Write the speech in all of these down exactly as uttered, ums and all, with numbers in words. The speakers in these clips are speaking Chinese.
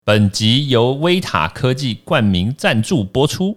本集由威塔科技冠名赞助播出。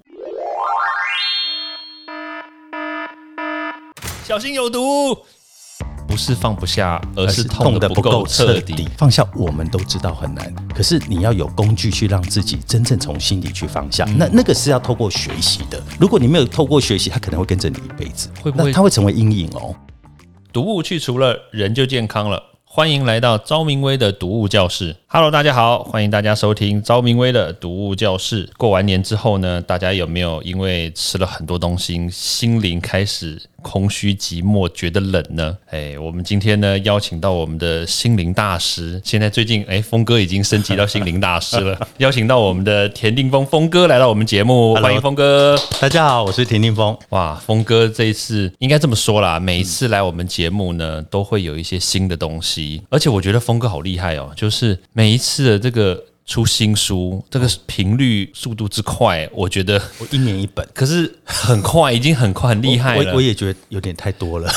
小心有毒！不是放不下，而是痛得不够彻底。 放下我们都知道很难，可是你要有工具去让自己真正从心里去放下。嗯、那那个是要透过学习的。如果你没有透过学习，它可能会跟着你一辈子，会不会？它会成为阴影哦。 毒物去除了，人就健康了。欢迎来到昭明威的毒物教室。Hello， 大家好，欢迎大家收听昭明威的毒物教室。过完年之后呢，大家有没有因为吃了很多东西，心灵开始空虚寂寞，觉得冷呢？哎，我们今天呢邀请到我们的心灵大师，现在最近哎，峰哥已经升级到心灵大师了，邀请到我们的田定峰峰哥来到我们节目，欢迎峰哥。 大家好，我是田定峰。 哇，峰哥这一次应该这么说啦，每一次来我们节目呢，都会有一些新的东西。而且我觉得峰哥好厉害哦，就是每一次的这个出新书，这个频率速度之快，我觉得我一年一本， 可是很快，已经很快，很厉害了。 我, 我, 我也觉得有点太多了，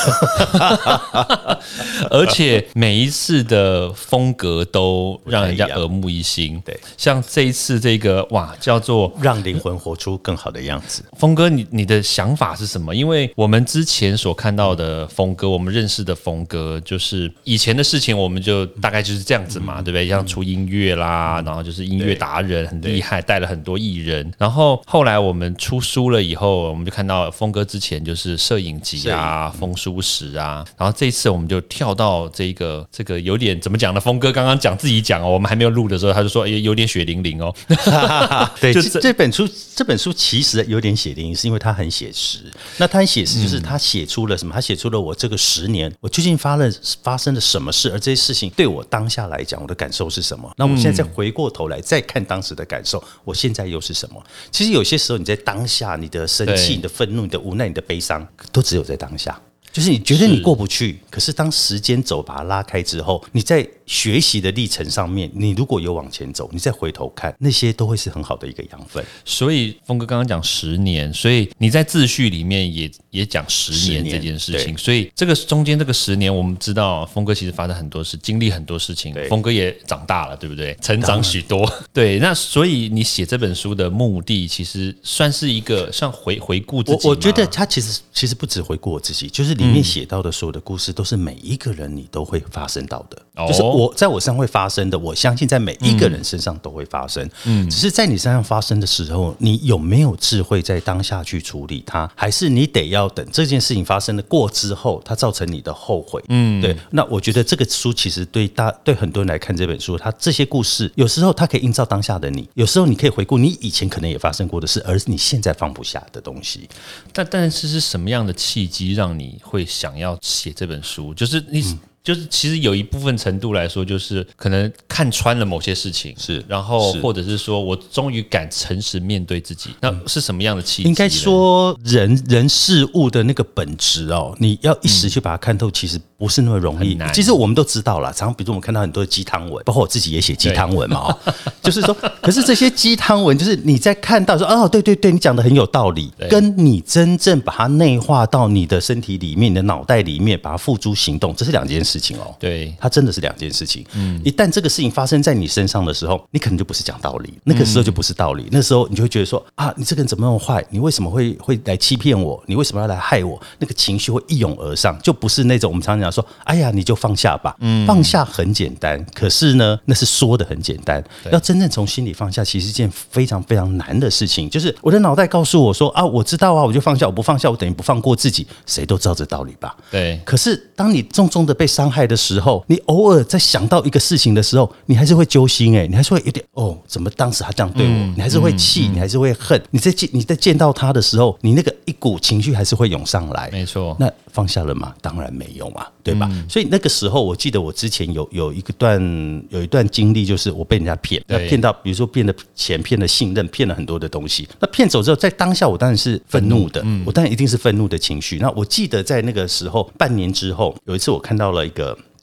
而且每一次的风格都让人家耳目一新。对，像这一次这个哇，叫做让灵魂活出更好的样子。 峰哥，你你的想法是什么？因为我们之前所看到的峰哥，我们认识的峰哥，就是以前的事情，我们就大概就是这样子嘛，嗯、对不对？像出音乐啦，然后就是音乐达人很厉害，带了很多艺人。然后后来我们出书了以后，我们就看到峰哥之前就是摄影集啊、风书史啊。然后这一次我们就跳到这个这个有点怎么讲呢？峰哥刚刚讲自己讲哦，我们还没有录的时候，他就说哎有点血淋淋哦。 对，就这本书这本书其实有点血淋淋，是因为它很写实。那它很写实，就是他写出了什么？他写出了我这个十年我究竟发了发生了什么事，而这些事情对我当下来讲，我的感受是什么？那我现在再回过头来再看当时的感受，我现在又是什么？其实有些时候你在当下，你的生气、你的愤怒、你的无奈、你的悲伤，都只有在当下。就是你觉得你过不去，可是当时间轴把它拉开之后，你在学习的历程上面，你如果有往前走，你再回头看，那些都会是很好的一个养分。 所以峰哥刚刚讲十年，所以你在自序里面也也讲十年这件事情。所以这个中间这个十年，我们知道峰哥其实发生很多事，经历很多事情。峰哥也长大了，对不对？成长许多。对，那所以你写这本书的目的，其实算是一个像回回顾自己吗？ 我我觉得他其实其实不止回顾我自己，就是里面写到的所有的故事，都是每一个人你都会发生到的，嗯、就是我在我身上会发生的，我相信在每一个人身上都会发生。嗯，只是在你身上发生的时候，你有没有智慧在当下去处理它，还是你得要等这件事情发生了过之后，它造成你的后悔？嗯，对。那我觉得这个书其实对大对很多人来看这本书，它这些故事有时候它可以映照当下的你，有时候你可以回顾你以前可能也发生过的事，而你现在放不下的东西。 但但是是什么样的契机让你会想要写这本书？就是你。嗯就是其实有一部分程度来说，就是可能看穿了某些事情，是，然后或者是说我终于敢诚实面对自己，那是什么样的契机？ 应该说人人事物的那个本质哦，你要一时去把它看透，其实不是那么容易。其实我们都知道啦，常常比如说我们看到很多的鸡汤文，包括我自己也写鸡汤文嘛，哦，就是说，可是这些鸡汤文，就是你在看到说哦，对对对，你讲的很有道理，跟你真正把它内化到你的身体里面、你的脑袋里面，把它付诸行动，这是两件事。事情哦， 对， 它真的是两件事情。嗯，一旦这个事情发生在你身上的时候，你可能就不是讲道理，那个时候就不是道理。嗯、那时候你就会觉得说啊，你这个人怎么那么坏？你为什么会会来欺骗我？你为什么要来害我？那个情绪会一涌而上，就不是那种我们常常讲说，哎呀，你就放下吧。嗯，放下很简单，可是呢，那是说的很简单，要真正从心里放下，其实是一件非常非常难的事情。就是我的脑袋告诉我说啊，我知道啊，我就放下，我不放下，我等于不放过自己。谁都知道这道理吧？ 对。 可是当你重重的被伤害的时候，你偶尔在想到一个事情的时候，你还是会揪心哎、欸，你还是会有点哦，怎么当时他这样对我？嗯、你还是会气，嗯、你还是会恨。你在见你在见到他的时候，你那个一股情绪还是会涌上来。 没错， 那放下了吗？当然没有嘛，对吧？嗯、所以那个时候，我记得我之前有有一个段有一段经历，就是我被人家骗，那骗到比如说骗了钱、骗了信任、骗了很多的东西。那骗走之后，在当下我当然是愤怒的，嗯、我当然一定是愤怒的情绪。那我记得在那个时候，半年之后，有一次我看到了一个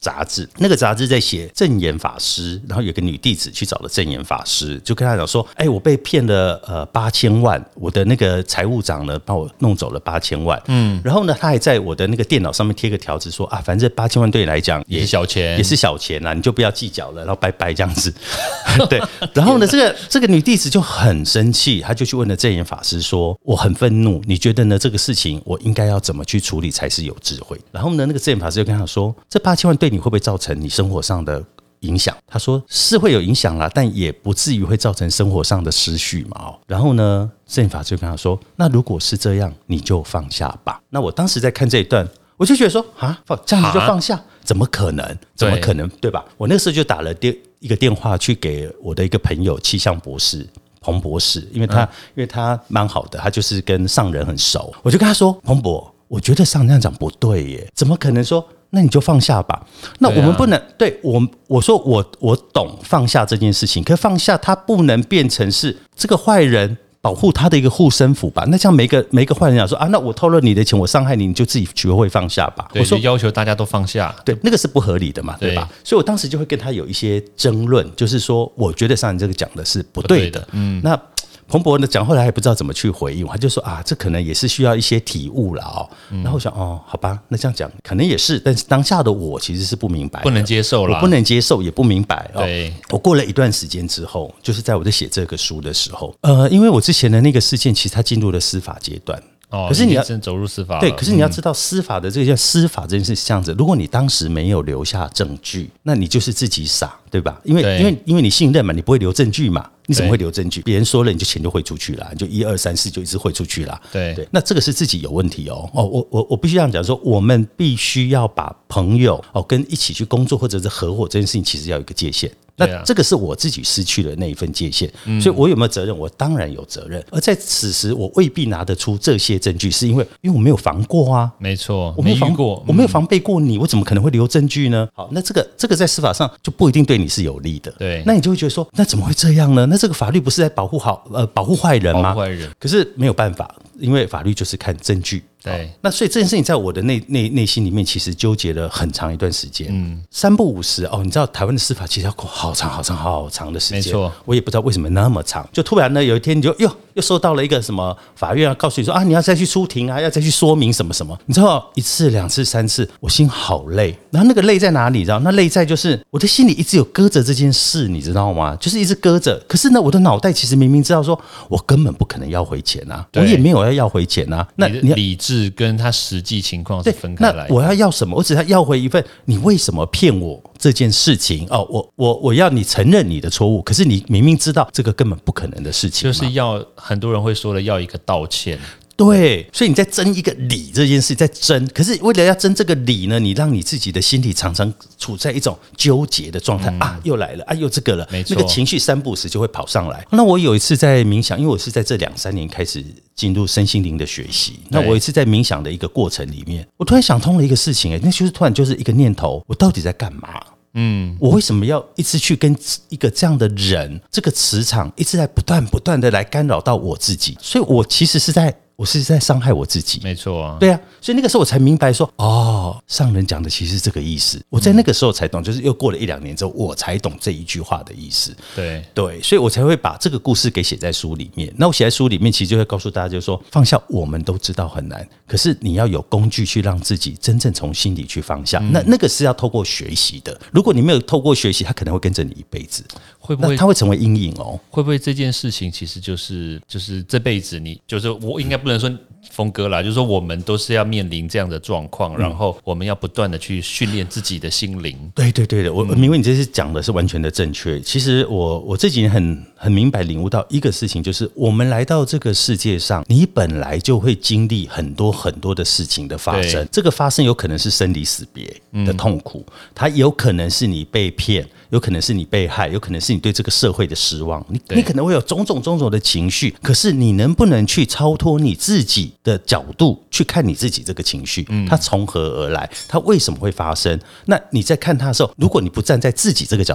杂志，那个杂志在写证严法师，然后有个女弟子去找了证严法师，就跟他讲说，哎，我被骗了呃八千万，我的那个财务长呢帮我弄走了八千万，嗯，然后呢，他还在我的那个电脑上面贴个条子说啊，反正八千万对你来讲也是小钱， 也是小钱啦，你就不要计较了，然后拜拜这样子，对，然后呢，这个这个女弟子就很生气，她就去问了证严法师说，我很愤怒，你觉得呢这个事情我应该要怎么去处理才是有智慧？然后呢，那个证严法师就跟他说，这八千万对你会不会造成你生活上的影响？他说是会有影响啦，但也不至于会造成生活上的失序嘛。然后呢，证严法师就跟他说，那如果是这样，你就放下吧。那我当时在看这一段，我就觉得说啊，这样你就放下？怎么可能？怎么可能？ 对, 对吧？我那个时候就打了电一个电话去给我的一个朋友气象博士彭博士，因为他、嗯、因为他蛮好的，他就是跟上人很熟，我就跟他说，彭博，我觉得上人这样讲不对耶，怎么可能说？那你就放下吧。那我们不能 对,、啊、对我我说我我懂放下这件事情，可放下它不能变成是这个坏人保护他的一个护身符吧？那这样每个每个坏人讲说啊，那我偷了你的钱，我伤害你，你就自己学会放下吧。 对， 我说就要求大家都放下， 对，那个是不合理的嘛， 对, 对吧？所以我当时就会跟他有一些争论，就是说，我觉得上人这个讲的是不对的。对的嗯，那彭博呢讲，后来还不知道怎么去回应，他就说啊，这可能也是需要一些体悟了哦。嗯、然后我想哦，好吧，那这样讲可能也是，但是当下的我其实是不明白的， 不能接受了， 我不能接受，也不明白。 对、哦， 我过了一段时间之后，就是在我在写这个书的时候，呃，因为我之前的那个事件，其实它进入了司法阶段。 哦， 可是你要真走入司法了， 对，可是你要知道司法的这个叫司法这件事是这样子，如果你当时没有留下证据，那你就是自己傻，对吧？因为因为因为你信任嘛，你不会留证据嘛，你怎么会留证据？别人说了，你就钱就汇出去了，你就一二三四就一直汇出去了。 对对，那这个是自己有问题哦。哦，我我我必须这样讲说，我们必须要把朋友哦跟一起去工作或者是合伙这件事情，其实要有一个界限。那这个是我自己失去了那一份界限，嗯、所以我有没有责任？我当然有责任。而在此时，我未必拿得出这些证据，是因为因为我没有防过啊。 没错， 我没有防过， 我没有防备过你，我怎么可能会留证据呢？好，那这个这个在司法上就不一定对你是有利的。 对， 那你就会觉得说，那怎么会这样呢？那这个法律不是在保护好呃保护坏人吗？ 保护坏人， 可是没有办法，因为法律就是看证据。 对， 那所以这件事情在我的内内内心里面，其实纠结了很长一段时间。嗯，三不五时哦，你知道台湾的司法其实要过好长好长好长的时间， 没错， 我也不知道为什么那么长。就突然呢，有一天你就哟又收到了一个什么法院要告诉你说啊，你要再去出庭啊，要再去说明什么什么。你知道一次两次三次，我心好累。然后那个累在哪里？你知道？那累在就是我的心里一直有搁着这件事，你知道吗？就是一直搁着。可是呢，我的脑袋其实明明知道说，我根本不可能要回钱啊，我也没有要要回钱啊。 那你的理智跟他实际情况是分开来的。 那我要要什么？我只要要回一份你为什么骗我这件事情哦，我我我要你承认你的错误，可是你明明知道这个根本不可能的事情， 就是要很多人会说的要一个道歉。 对，所以你在争一个理这件事，在争，可是为了要争这个理呢，你让你自己的心里常常处在一种纠结的状态、嗯、啊，又来了啊，又这个了， 没错， 那个情绪三不时就会跑上来。那我有一次在冥想，因为我是在这两三年开始进入身心灵的学习，那我有一次在冥想的一个过程里面，我突然想通了一个事情，哎，那就是突然就是一个念头，我到底在干嘛？嗯，我为什么要一直去跟一个这样的人，这个磁场一直在不断不断的来干扰到我自己，所以我其实是在。我是在伤害我自己， 没错啊， 对啊，所以那个时候我才明白说，哦，上人讲的其实是这个意思。我在那个时候才懂，就是又过了一两年之后，我才懂这一句话的意思。 对对，所以我才会把这个故事给写在书里面。那我写在书里面，其实就会告诉大家，就是说放下，我们都知道很难，可是你要有工具去让自己真正从心里去放下。嗯、那那个是要透过学习的。如果你没有透过学习，它可能会跟着你一辈子。会不会？它会成为阴影哦？ 会不会这件事情其实就是就是这辈子你就是我应该不能说峰哥啦，就是说我们都是要面临这样的状况、嗯，然后我们要不断的去训练自己的心灵。 对对对的，我明白你这次讲的是完全的正确。其实我我这几年很很明白领悟到一个事情，就是我们来到这个世界上，你本来就会经历很多很多的事情的发生。这个发生有可能是生离死别的痛苦，嗯、它有可能是你被骗。有可能是你被害，有可能是你对这个社会的失望， 你, 你可能会有种种种种的情绪，可是你能不能去超脱你自己的角度去看你自己这个情绪、嗯、它从何而来，它为什么会发生？那你在看它的时候，如果你不站在自己这个角度，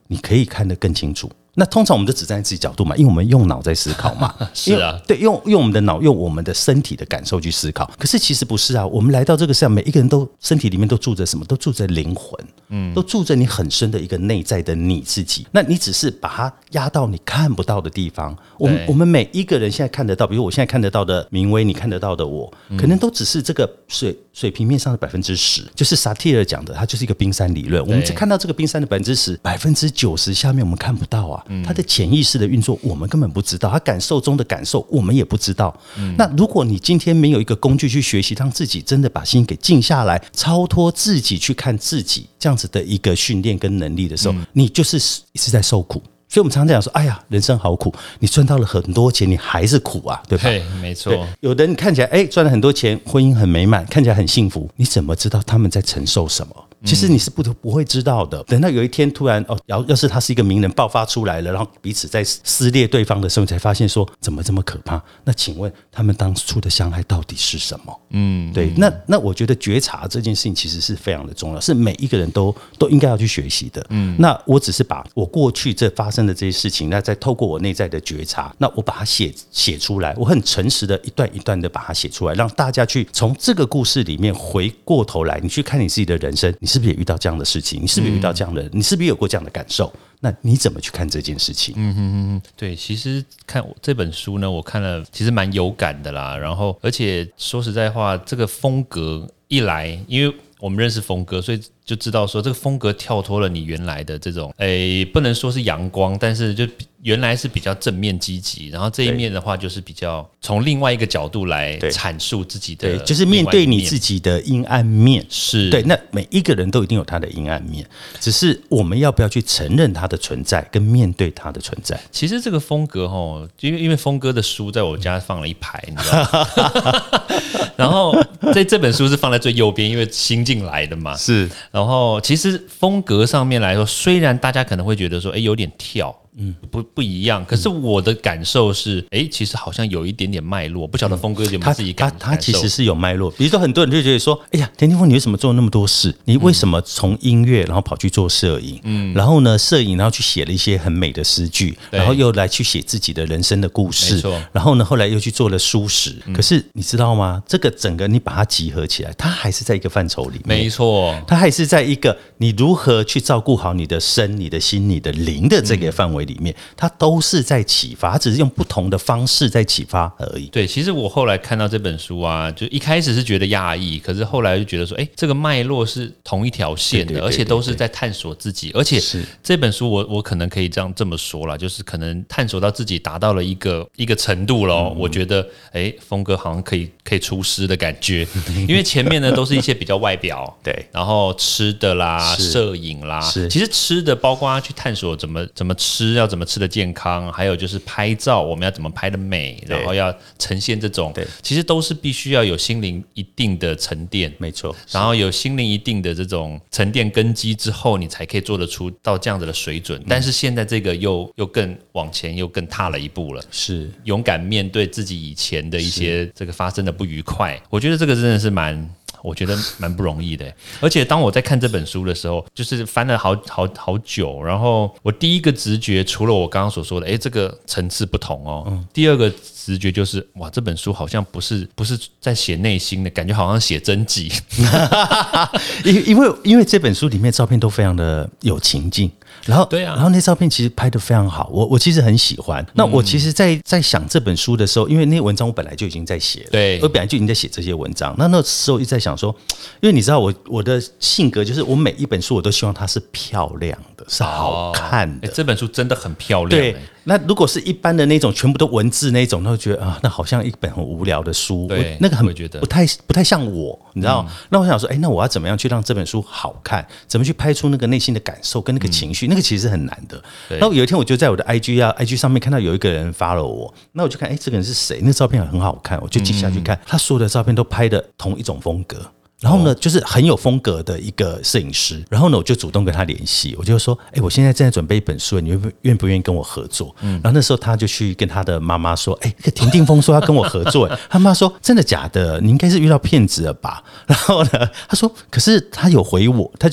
你可以看得更清楚。那通常我们都只站在自己角度嘛，因为我们用脑在思考嘛。 是啊， 对，用用我们的脑，用我们的身体的感受去思考。可是其实不是啊，我们来到这个世上，每一个人都身体里面都住着什么？都住着灵魂，嗯，都住着你很深的一个内在的你自己。那你只是把它压到你看不到的地方。我们我们每一个人现在看得到，比如我现在看得到的明威，你看得到的我，可能都只是这个水水平面上的百分之十，就是萨提尔讲的，它就是一个冰山理论。我们只看到这个冰山的百分之十，百分之九十下面我们看不到啊，它的潜意识的运作我们根本不知道，他感受中的感受我们也不知道、嗯、那如果你今天没有一个工具去学习，让自己真的把心给静下来，超脱自己去看自己，这样子的一个训练跟能力的时候、嗯、你就是一直在受苦。所以我们常常讲说，哎呀，人生好苦，你赚到了很多钱，你还是苦啊，对吧？ 对，没错。 有的人看起来哎赚了很多钱，婚姻很美满，看起来很幸福，你怎么知道他们在承受什么？其实你是不不会知道的。等到有一天突然哦，要要是他是一个名人爆发出来了，然后彼此在撕裂对方的时候，才发现说怎么这么可怕？那请问他们当初的伤害到底是什么？嗯，对。那那我觉得觉察这件事情其实是非常的重要，是每一个人都都应该要去学习的。嗯，那我只是把我过去这发生的这些事情，那再透过我内在的觉察，那我把它写写出来，我很诚实的一段一段的把它写出来，让大家去从这个故事里面回过头来，你去看你自己的人生，你是不是也遇到这样的事情？你是不是也遇到这样的人？你是不是有过这样的感受？那你怎么去看这件事情？ 嗯哼哼，对，其实看这本书呢，我看了其实蛮有感的啦。然后，而且说实在话，这个风格一来，因为我们认识峰哥，所以就知道说这个风格跳脱了你原来的这种，诶，不能说是阳光，但是就原来是比较正面积极，然后这一面的话就是比较从另外一个角度来阐述自己的， 对，就是面对你自己的阴暗面。 是对，那每一个人都一定有他的阴暗面，只是我们要不要去承认他的存在，跟面对他的存在。 其实这个风格齁，因为因为峰哥的书在我家放了一排，你知道吗？然后这这本书是放在最右边，因为新进来的嘛。 是， 然后其实风格上面来说，虽然大家可能会觉得说，哎，有点跳。嗯，不不一样。可是我的感受是，哎、嗯，其实好像有一点点脉络。不晓得峰哥有没有自己感受？ 他他其实是有脉络。比如说，很多人就觉得说，哎呀，田定峰，你为什么做那么多事？你为什么从音乐然后跑去做摄影？嗯，然后呢，摄影然后去写了一些很美的诗句，然后又来去写自己的人生的故事。没错。然后呢，后来又去做了书史。嗯、可是你知道吗？这个整个你把它集合起来，它还是在一个范畴里面。 没错， 它还是在一个你如何去照顾好你的身、你的心、你的灵的这个范围里面，它都是在启发，只是用不同的方式在启发而已。 对，其实我后来看到这本书啊，就一开始是觉得讶异，可是后来就觉得说，哎，这个脉络是同一条线的，对对对对对，而且都是在探索自己。而且这本书我我可能可以这样这么说啦，就是可能探索到自己达到了一个一个程度咯、嗯、我觉得，哎，峰哥好像可以可以出师的感觉，因为前面呢都是一些比较外表，对，然后吃的啦、摄影啦，其实吃的包括去探索怎么怎么吃，要怎么吃的健康，还有就是拍照，我们要怎么拍的美，然后要呈现这种，其实都是必须要有心灵一定的沉淀， 没错。 然后有心灵一定的这种沉淀根基之后，你才可以做得出到这样子的水准。嗯、但是现在这个又又更往前，又更踏了一步了， 是勇敢面对自己以前的一些这个发生的不愉快。我觉得这个真的是蛮。我觉得蛮不容易的，而且当我在看这本书的时候，就是翻了好好好久，然后我第一个直觉，除了我刚刚所说的，哎，这个层次不同哦，嗯、第二个直觉就是，哇，这本书好像不是不是在写内心的感觉，好像写真集， 因因为因为这本书里面照片都非常的有情境。然后，对啊，然后那照片其实拍得非常好，我我其实很喜欢。那我其实在，在在想这本书的时候，因为那些文章我本来就已经在写了， 对， 我本来就已经在写这些文章。那那时候一直在想说，因为你知道我我的性格就是，我每一本书我都希望它是漂亮的，是好看的。 哦、这本书真的很漂亮。 对，那如果是一般的那种全部都文字那种，那我觉得啊，那好像一本很无聊的书， 对， 那个很觉得不太不太像我，你知道？嗯、那我想说，哎，那我要怎么样去让这本书好看？怎么去拍出那个内心的感受跟那个情绪？嗯、那个其实是很难的。然后有一天我就在我的 I G 啊 I G 上面看到有一个人 follow 我，那我就看，哎，这个人是谁？那照片很好看，我就点下去看，嗯、他所有的照片都拍的同一种风格。然后呢，就是很有风格的一个摄影师。然后呢，我就主动跟他联系，我就说：“哎，我现在正在准备一本书，你愿不愿意跟我合作？”嗯、然后那时候他就去跟他的妈妈说：“哎，那个田定峰说要跟我合作。”他妈说：“真的假的？你应该是遇到骗子了吧？”然后呢，他说：“可是他有回我，他就。”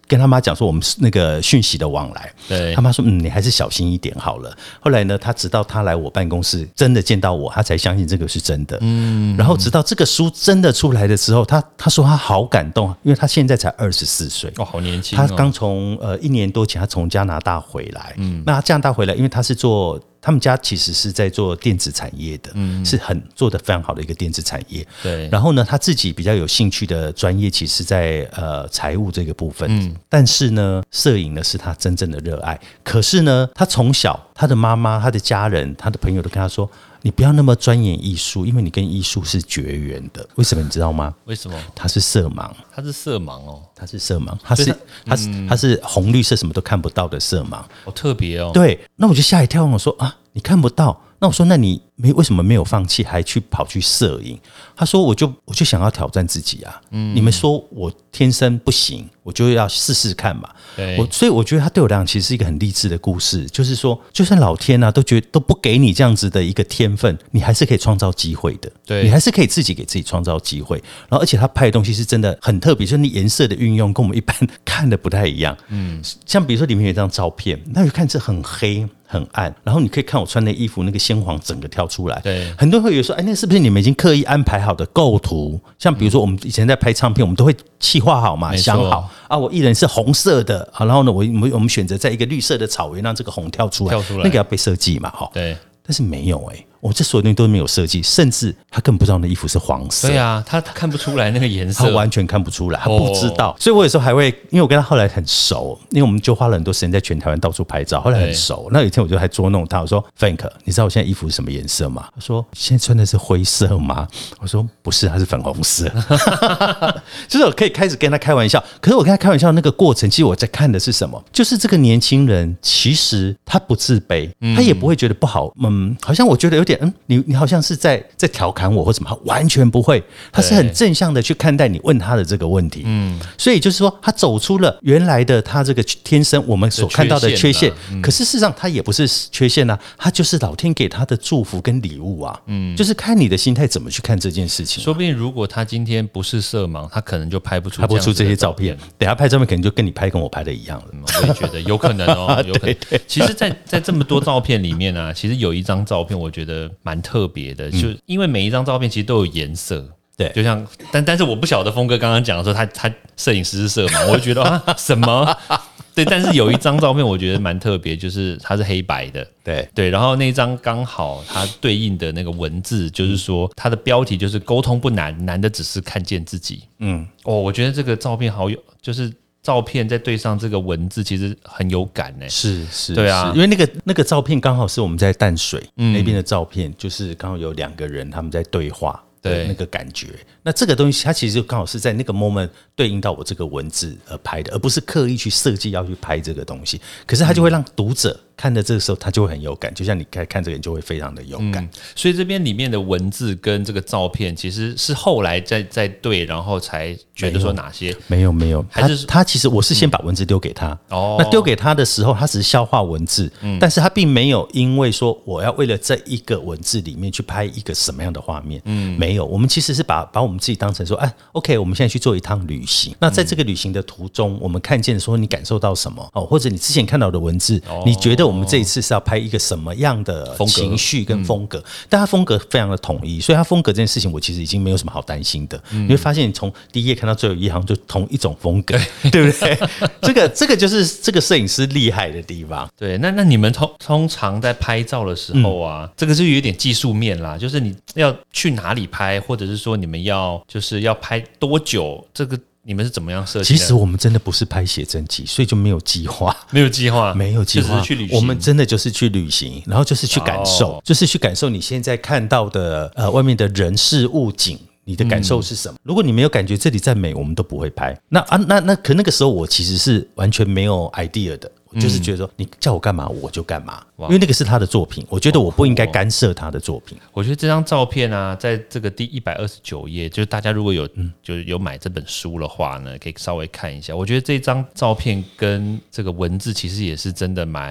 跟他妈讲说我们那个讯息的往来， 对， 他妈说嗯，你还是小心一点好了。后来呢，他直到他来我办公室真的见到我，他才相信这个是真的。嗯，然后直到这个书真的出来的时候，他他说他好感动，因为他现在才二十四岁， 哦，好年轻、哦。 他刚从呃一年多前，他从加拿大回来。嗯，那加拿大回来，因为他是做。他们家其实是在做电子产业的，嗯、是很做得非常好的一个电子产业。 对， 然后呢，他自己比较有兴趣的专业，其实在呃财务这个部分。嗯，但是呢，摄影呢是他真正的热爱。可是呢，他从小他的妈妈、他的家人、他的朋友都跟他说：“你不要那么钻研艺术，因为你跟艺术是绝缘的。”为什么你知道吗？ 为什么？ 他是色盲。 他是色盲哦， 他是色盲，他是他、他是、嗯、他是红绿色什么都看不到的色盲， 好特别哦。 对，那我就吓一跳，我说啊，你看不到。那我说，那你没为什么没有放弃，还去跑去摄影？他说，我就我就想要挑战自己啊。嗯，你们说我天生不行，我就要试试看嘛。 对， 我所以我觉得他对我来讲其实是一个很励志的故事，就是说，就算老天啊都觉得都不给你这样子的一个天分，你还是可以创造机会的。 对， 你还是可以自己给自己创造机会。然后，而且他拍的东西是真的很特别，就是你颜色的运用跟我们一般看的不太一样。嗯，像比如说里面有一张照片，那就看是很黑。很暗，然后你可以看我穿的衣服，那个鲜黄整个跳出来。 对， 很多人会以为说，哎，那是不是你们已经刻意安排好的构图？像比如说我们以前在拍唱片，我们都会企划好嘛，想好啊，我艺人是红色的啊，然后呢，我我们我们选择在一个绿色的草原让这个红跳出来， 跳出来， 那个要被设计嘛，哈。 对， 但是没有哎、欸。我这所有东西都没有设计，甚至他根本不知道那衣服是黄色。 对啊，他看不出来那个颜色， 他完全看不出来，他不知道。哦、所以我有时候还会，因为我跟他后来很熟，因为我们就花了很多时间在全台湾到处拍照，后来很熟。那有一天我就还捉弄他，我说 ：“Frank， 你知道我现在衣服是什么颜色吗？”他说：“现在穿的是灰色吗？”我说：“不是，它是粉红色。”就是我可以开始跟他开玩笑，可是我跟他开玩笑那个过程，其实我在看的是什么？就是这个年轻人其实他不自卑，他也不会觉得不好。嗯，好像我觉得有点嗯，你你好像。像是在在调侃我或什么，完全不会，他是很正向的去看待你问他的这个问题，嗯，所以就是说，他走出了原来的他这个天生我们所看到的缺陷，嗯、可是事实上他也不是缺陷啊，他就是老天给他的祝福跟礼物啊，嗯，就是看你的心态怎么去看这件事情、啊。 说不定如果他今天不是色盲，他可能就拍不出拍不出这些照片，等下拍照片可能就跟你拍跟我拍的一样了。 嗯、我也觉得有可能哦，有可能。其实在，在在这么多照片里面啊，其实有一张照片我觉得蛮特别。的，就因为每一张照片其实都有颜色， 对， 就像但但是我不晓得峰哥刚刚讲的时候，他他摄影师是色盲，我就觉得啊什么对，但是有一张照片我觉得蛮特别，就是它是黑白的， 对对，然后那张刚好它对应的那个文字就是说它的标题就是沟通不难，难的只是看见自己，嗯，哦，我觉得这个照片好有就是。照片再对上这个文字，其实很有感呢、欸。 是是， 对啊， 因为那个那个照片刚好是我们在淡水、嗯、那边的照片，就是刚好有两个人他们在对话的那个感觉。那这个东西它其实就刚好是在那个 moment 对应到我这个文字而拍的，而不是刻意去设计要去拍这个东西。可是它就会让读者看的这个时候，他就会很有感，就像你看看这个人就会非常的有感。嗯、 所以这边里面的文字跟这个照片，其实是后来再再对，然后才觉得说哪些没有没有，还是 他, 他其实我是先把文字丢给他，哦、嗯，那丢给他的时候，他只是消化文字，嗯、但是他并没有因为说我要为了这一个文字里面去拍一个什么样的画面，嗯，没有，我们其实是把把我们自己当成说，哎 ，OK， 我们现在去做一趟旅行。那在这个旅行的途中，我们看见说你感受到什么，哦，或者你之前看到的文字，哦、你觉得我们这一次是要拍一个什么样的情绪跟风格？嗯、但他风格非常的统一，所以他风格这件事情，我其实已经没有什么好担心的。嗯、你会发现，从第一页看到最后一行，就同一种风格，对, 对不对？这个这个就是这个摄影师厉害的地方。 对，那那你们通通常在拍照的时候啊，嗯、这个就有点技术面啦，就是你要去哪里拍，或者是说你们要就是要拍多久，这个。你们是怎么样设计的？ 其实我们真的不是拍写真集，所以就没有计划， 没有计划， 没有计划， 就是去旅行。 我们真的就是去旅行，然后就是去感受，哦、就是去感受你现在看到的呃外面的人事物景。你的感受是什么？嗯、如果你没有感觉这里再美，我们都不会拍。那啊，那那可那个时候我其实是完全没有 idea 的，我就是觉得说、嗯、你叫我干嘛我就干嘛，因为那个是他的作品，我觉得我不应该干涉他的作品。 我觉得这张照片啊，在这个第一百二十九页，就是大家如果有、嗯、就有买这本书的话呢，可以稍微看一下。我觉得这张照片跟这个文字其实也是真的蛮。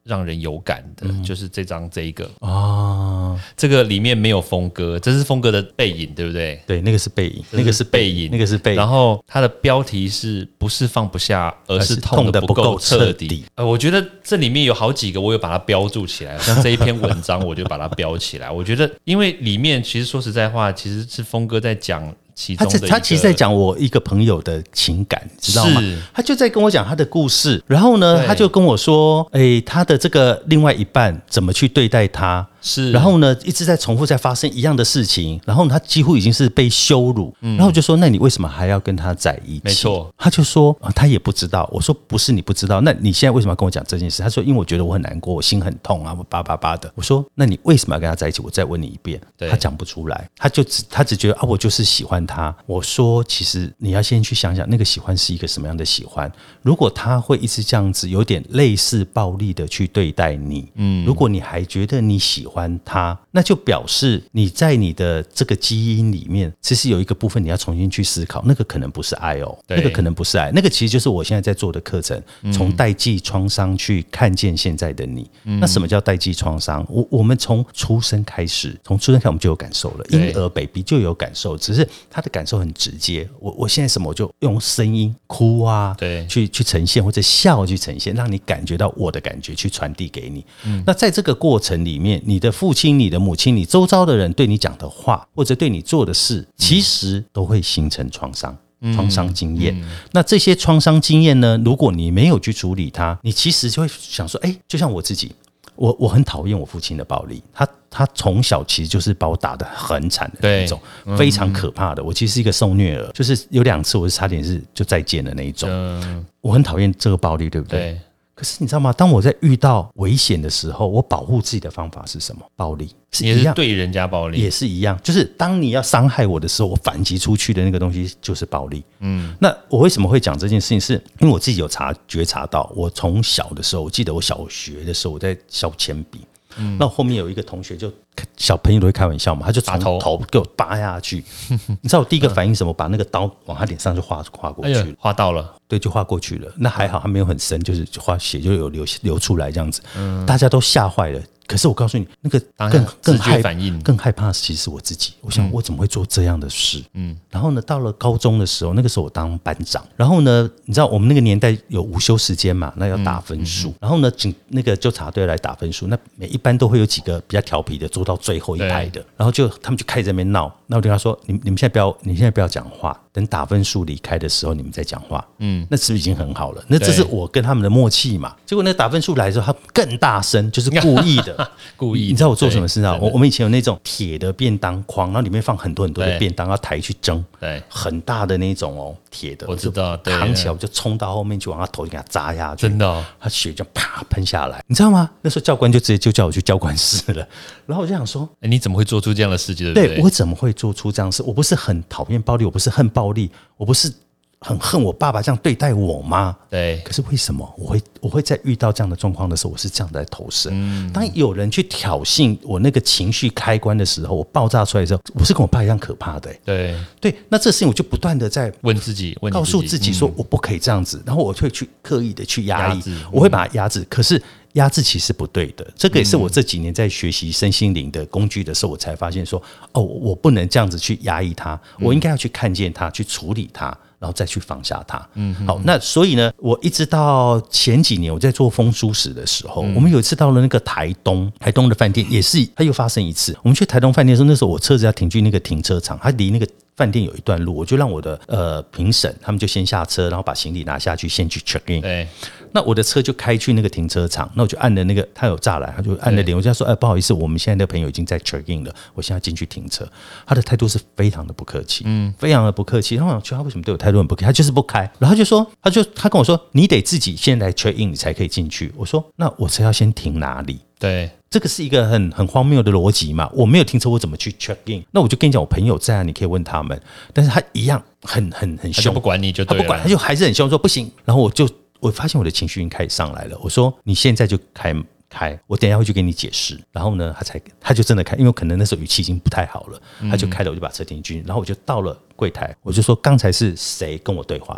让人有感的，嗯、就是这张这一个哦， 这个里面没有峰哥，这是峰哥的背影，对不对？ 对，那个是背影，那个是背影，那个是背影。 然后它的标题是不是放不下，而是痛得不够彻底。呃，我觉得这里面有好几个，我有把它标注起来，像这一篇文章，我就把它标起来。我觉得，因为里面其实说实在话，其实是峰哥在讲。其中的他他其实在讲我一个朋友的情感，知道吗？他就在跟我讲他的故事，然后呢，他就跟我说，哎、欸，他的这个另外一半怎么去对待他。 是， 然后呢，一直在重复在发生一样的事情，然后他几乎已经是被羞辱，嗯、然后我就说，那你为什么还要跟他在一起？ 没错， 他就说、啊、他也不知道。我说不是你不知道，那你现在为什么要跟我讲这件事？他说因为我觉得我很难过，我心很痛啊，我叭叭叭的。我说那你为什么要跟他在一起？我再问你一遍。他讲不出来，他就只他只觉得啊，我就是喜欢他。我说其实你要先去想想，那个喜欢是一个什么样的喜欢。如果他会一直这样子，有点类似暴力的去对待你，嗯，如果你还觉得你喜欢他。那就表示你在你的这个基因里面，其实有一个部分你要重新去思考，那个可能不是爱哦，那个可能不是爱，那个其实就是我现在在做的课程，从代际创伤去看见现在的你。嗯、那什么叫代际创伤？我我们从出生开始，从出生开始我们就有感受了，婴儿 baby 就有感受，只是他的感受很直接。我我现在什么我就用声音哭啊， 对， 去去呈现，或者笑去呈现，让你感觉到我的感觉去传递给你。嗯、那在这个过程里面，你的父亲、你的母亲，你周遭的人对你讲的话，或者对你做的事，其实都会形成创伤。创伤经验、嗯嗯，那这些创伤经验呢？如果你没有去处理它，你其实就会想说，哎、欸，就像我自己，我我很讨厌我父亲的暴力，他他从小其实就是把我打得很惨的那一种，非常可怕的。我其实是一个受虐儿，就是有两次我是差点是就再见的那一种。嗯、我很讨厌这个暴力，对不对？对。可是你知道吗？当我在遇到危险的时候，我保护自己的方法是什么？暴力是一样， 也是对人家暴力， 也是一样。就是当你要伤害我的时候，我反击出去的那个东西就是暴力。嗯，那我为什么会讲这件事情是？是因为我自己有察觉察到，我从小的时候，我记得我小学的时候，我在削铅笔。嗯，那后面有一个同学就小朋友都会开玩笑嘛，他就从头给我扒下去。你知道我第一个反应什么？把那个刀往他脸上就划划过去了， 划到了， 对，就划过去了。那还好，他没有很深，就是划血就有流流出来这样子。嗯，大家都吓坏了。可是我告诉你，那个更更害反应更害怕的其实是我自己。我想我怎么会做这样的事？嗯，然后呢，到了高中的时候，那个时候我当班长，然后呢，你知道我们那个年代有午休时间嘛，那要打分数，嗯、然后呢，警那个纠察队来打分数，那每一班都会有几个比较调皮的坐到最后一排的，然后就他们就开始在那边闹，那我就跟他说：“你你们现在不要，你现在不要讲话。”等打分数离开的时候，你们再讲话。嗯，那是不是已经很好了？那这是我跟他们的默契嘛。结果那打分数来的时候，他更大声，就是故意的， 故意的。 你知道我做什么事啊？我我们以前有那种铁的便当筐，然后里面放很多很多的便当，要抬去蒸。对，很大的那种哦，铁的。 我知道， 扛起来我就冲到后面去，往他头就给他扎下去。 真的、哦， 他血就啪喷下来，你知道吗？那时候教官就直接就叫我去教官室了。然后我就想说， 欸、你怎么会做出这样的事情？对不对？ 对，我怎么会做出这样的事？我不是很讨厌暴力，我不是恨暴力，我不是很恨我爸爸这样对待我吗？ 对。 可是为什么我会我会在遇到这样的状况的时候，我是这样在投射？嗯、当有人去挑衅我那个情绪开关的时候，我爆炸出来的时候，我是跟我爸一样可怕的、欸。 对对，那这事情我就不断的在问自己，问告诉自己说，我不可以这样子，嗯、然后我会去刻意的去压抑，压我会把它压制。可是压制其实不对的，这个也是我这几年在学习身心灵的工具的时候，我才发现说，哦，我不能这样子去压抑它，我应该要去看见它，去处理它。然后再去放下它。嗯，好，那所以呢，我一直到前几年我在做风书史的时候，嗯、我们有一次到了那个台东，台东的饭店也是，它又发生一次。我们去台东饭店的时候，那时候我车子要停去那个停车场，它离那个饭店有一段路，我就让我的呃评审他们就先下车，然后把行李拿下去，先去 check in。对，那我的车就开去那个停车场，那我就按了那个，他有栅栏，他就按了铃，我就说，哎，不好意思，我们现在的朋友已经在 check in 了，我现在进去停车。他的态度是非常的不客气，嗯，非常的不客气。然后我觉得他为什么对我态度很不客气？他就是不开，然后他就说，他就他跟我说，你得自己先来 check in， 你才可以进去。我说，那我车要先停哪里？ 对。 这个是一个很很荒谬的逻辑嘛，我没有停车，我怎么去 check in？ 那我就跟你讲，我朋友在啊，你可以问他们。但是他一样很很很凶， 他就不管你就对了， 他不管，他就还是很凶，说不行。然后我就我发现我的情绪已经开始上来了，我说你现在就开开，我等一下会去给你解释。然后呢，他才他就真的开，因为可能那时候语气已经不太好了，他就开了，我就把车停进去，然后我就到了柜台，我就说刚才是谁跟我对话的？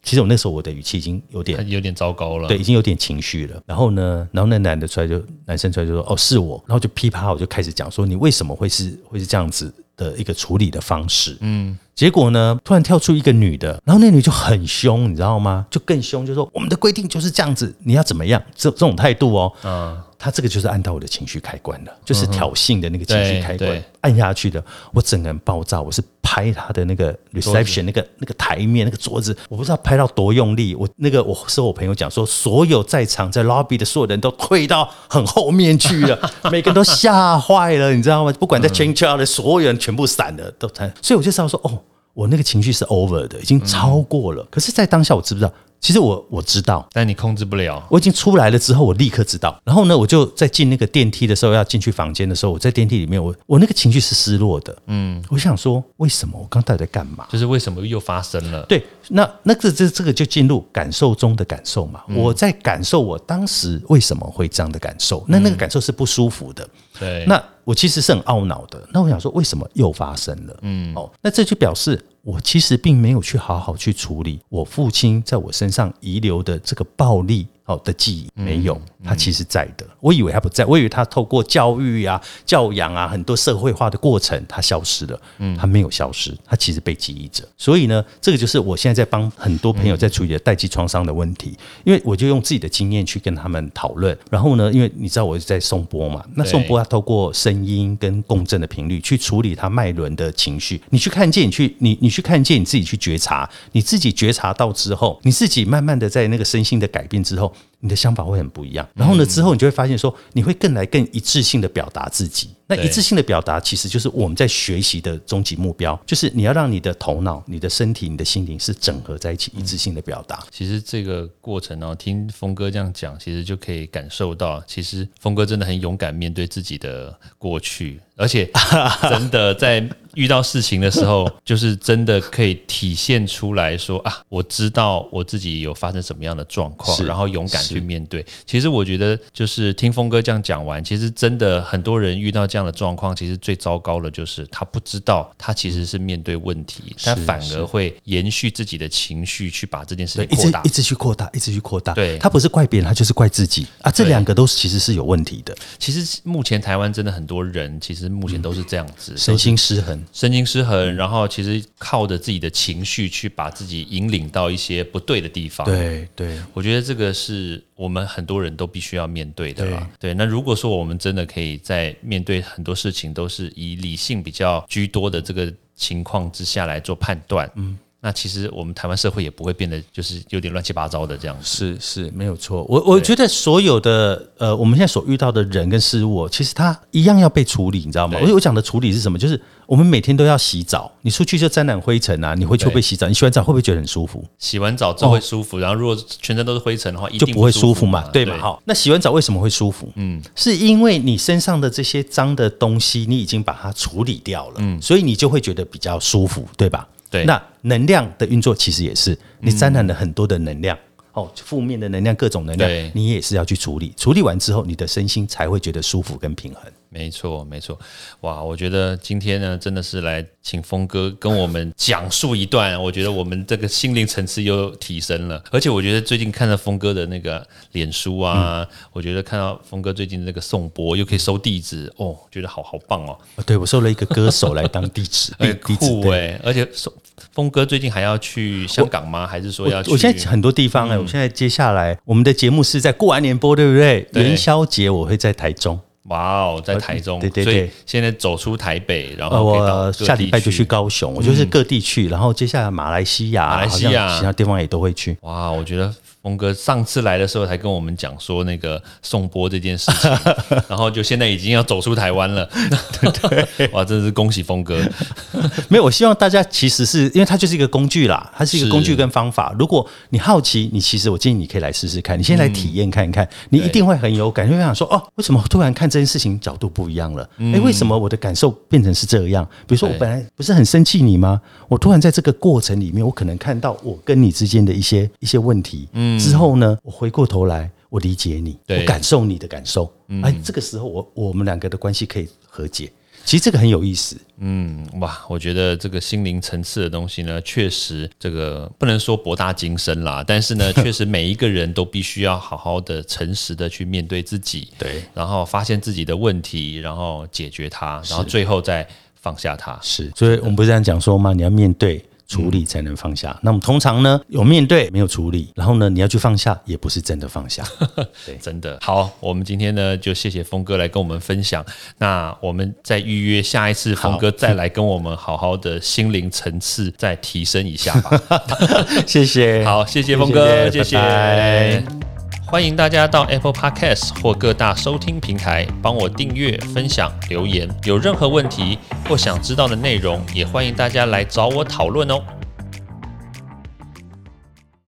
其实我那时候我的语气已经有点有点糟糕了， 对，已经有点情绪了。然后呢，然后那男的出来就男生出来就说：“哦，是我。”然后就噼啪，我就开始讲说：“你为什么会是会是这样子的一个处理的方式？”嗯，结果呢，突然跳出一个女的，然后那女就很凶，你知道吗？就更凶，就说：“我们的规定就是这样子，你要怎么样？”这这种态度哦，嗯。他这个就是按到我的情绪开关了，就是挑衅的那个情绪开关，按下去的，我整个人爆炸。我是拍他的那个 reception 那个那个台面那个桌子，我不知道拍到多用力。我那个我是我朋友讲说，所有在场在 lobby 的所有人都退到很后面去了，每个人都吓坏了，你知道吗？不管在 change out 的所有人全部散了，都才。所以我就知道说，哦，我那个情绪是 over 的，已经超过了。嗯、可是，在当下我知不知道？其实我我知道， 但你控制不了。 我已经出来了之后，我立刻知道。然后呢，我就在进那个电梯的时候，要进去房间的时候，我在电梯里面，我我那个情绪是失落的。嗯，我想说，为什么我刚到底在干嘛？ 就是为什么又发生了？ 对，那那个这这个就进入感受中的感受嘛。嗯、我在感受我当时为什么会这样的感受，那那个感受是不舒服的。 对， 那我其实是很懊恼的。那我想说，为什么又发生了？嗯，哦，那这就表示我其实并没有去好好去处理我父亲在我身上遗留的这个暴力的记忆，没有，他其实在的。我以为他不在，我以为他透过教育啊、教养啊，很多社会化的过程，他消失了。嗯，他没有消失，他其实被记忆着。所以呢，这个就是我现在在帮很多朋友在处理的代际创伤的问题，因为我就用自己的经验去跟他们讨论。然后呢，因为你知道我是在颂钵嘛，那颂钵它透过声音跟共振的频率去处理它脉轮的情绪。你去看见，你去你你去看见，你自己去觉察，你自己觉察到之后，你自己慢慢的在那个身心的改变之后，你的想法会很不一样。然后呢，之后你就会发现说，你会更来更一致性的表达自己。那一致性的表达其实就是我们在学习的终极目标，就是你要让你的头脑、你的身体、你的心灵是整合在一起，一致性的表达。 其实这个过程呢、哦，听峰哥这样讲，其实就可以感受到，其实峰哥真的很勇敢面对自己的过去，而且真的在遇到事情的时候，就是真的可以体现出来说啊，我知道我自己有发生什么样的状况，然后勇敢去面对。其实我觉得，就是听峰哥这样讲完，其实真的很多人遇到这样的状况，其实最糟糕的就是他不知道他其实是面对问题，他反而会延续自己的情绪去把这件事情扩大， 一直一直去扩大，一直去扩大。 对， 他不是怪别人，他就是怪自己啊！这两个都其实是有问题的。 其实目前台湾真的很多人，其实目前都是这样子， 身心失衡， 身心失衡，然后其实靠着自己的情绪去把自己引领到一些不对的地方。 对对， 我觉得这个是我们很多人都必须要面对的啦。对，那如果说我们真的可以在面对很多事情都是以理性比较居多的这个情况之下来做判断，嗯。那其实我们台湾社会也不会变得就是有点乱七八糟的这样子。 是是，没有错。我我觉得所有的呃，我们现在所遇到的人跟事物，其实它一样要被处理，你知道吗？我我讲的处理是什么？就是我们每天都要洗澡，你出去就沾染灰尘啊，你回去会不会洗澡？你洗完澡会不会觉得很舒服？ 洗完澡之后会舒服，哦、然后如果全身都是灰尘的话，一定就不会舒服嘛，对嘛？好，那洗完澡为什么会舒服？嗯，是因为你身上的这些脏的东西，你已经把它处理掉了，嗯，所以你就会觉得比较舒服，对吧？ 对， 那能量的运作其实也是，你沾染了很多的能量，哦，负面的能量，各种能量，你也是要去处理。处理完之后，你的身心才会觉得舒服跟平衡。 没错，没错。哇，我觉得今天呢，真的是来请峰哥跟我们讲述一段，我觉得我们这个心灵层次又提升了。而且我觉得最近看到峰哥的那个脸书啊，嗯、我觉得看到峰哥最近那个颂钵又可以收弟子，哦，觉得好好棒哦。 对，我收了一个歌手来当弟子， 很酷哎！而且峰哥最近还要去香港吗？还是说要去？ 我, 我现在很多地方哎、欸，嗯、我现在接下来我们的节目是在过完年播，对不对？对，元宵节我会在台中。 哇哦，在台中， 对对对， 所以现在走出台北，然后我下礼拜就去高雄，我就是各地去，然后接下来马来西亚、 马来西亚其他地方也都会去。 哇，我觉得峰哥上次来的时候才跟我们讲说那个颂钵这件事情，然后就现在已经要走出台湾了，对对，哇，真的是恭喜峰哥。 没有，我希望大家其实是因为它就是一个工具啦，它是一个工具跟方法。如果你好奇，你其实我建议你可以来试试看，你先来体验看看，嗯、你一定会很有感，就会想说哦，为什么突然看这件事情角度不一样了？哎、嗯，为什么我的感受变成是这样？比如说我本来不是很生气你吗？我突然在这个过程里面，我可能看到我跟你之间的一些一些问题。嗯，之后呢，我回过头来，我理解你，我感受你的感受。嗯，哎，这个时候我我们两个的关系可以和解。 其实这个很有意思。 嗯，哇，我觉得这个心灵层次的东西呢，确实这个不能说博大精深啦，但是呢，确实每一个人都必须要好好的、诚实的去面对自己， 对， 然后发现自己的问题，然后解决它，然后最后再放下它。 是，所以我们不是这样讲说吗？你要面对。处理才能放下。那么通常呢，有面对没有处理，然后呢，你要去放下，也不是真的放下。 对，真的好。我们今天呢，就谢谢峰哥来跟我们分享。那我们再预约下一次，峰哥再来跟我们好好的心灵层次再提升一下吧。 谢谢， 好，谢谢峰哥，谢谢。 谢谢拜拜。 欢迎大家到 Apple Podcast 或各大收听平台帮我订阅、分享、留言。有任何问题或想知道的内容，也欢迎大家来找我讨论哦。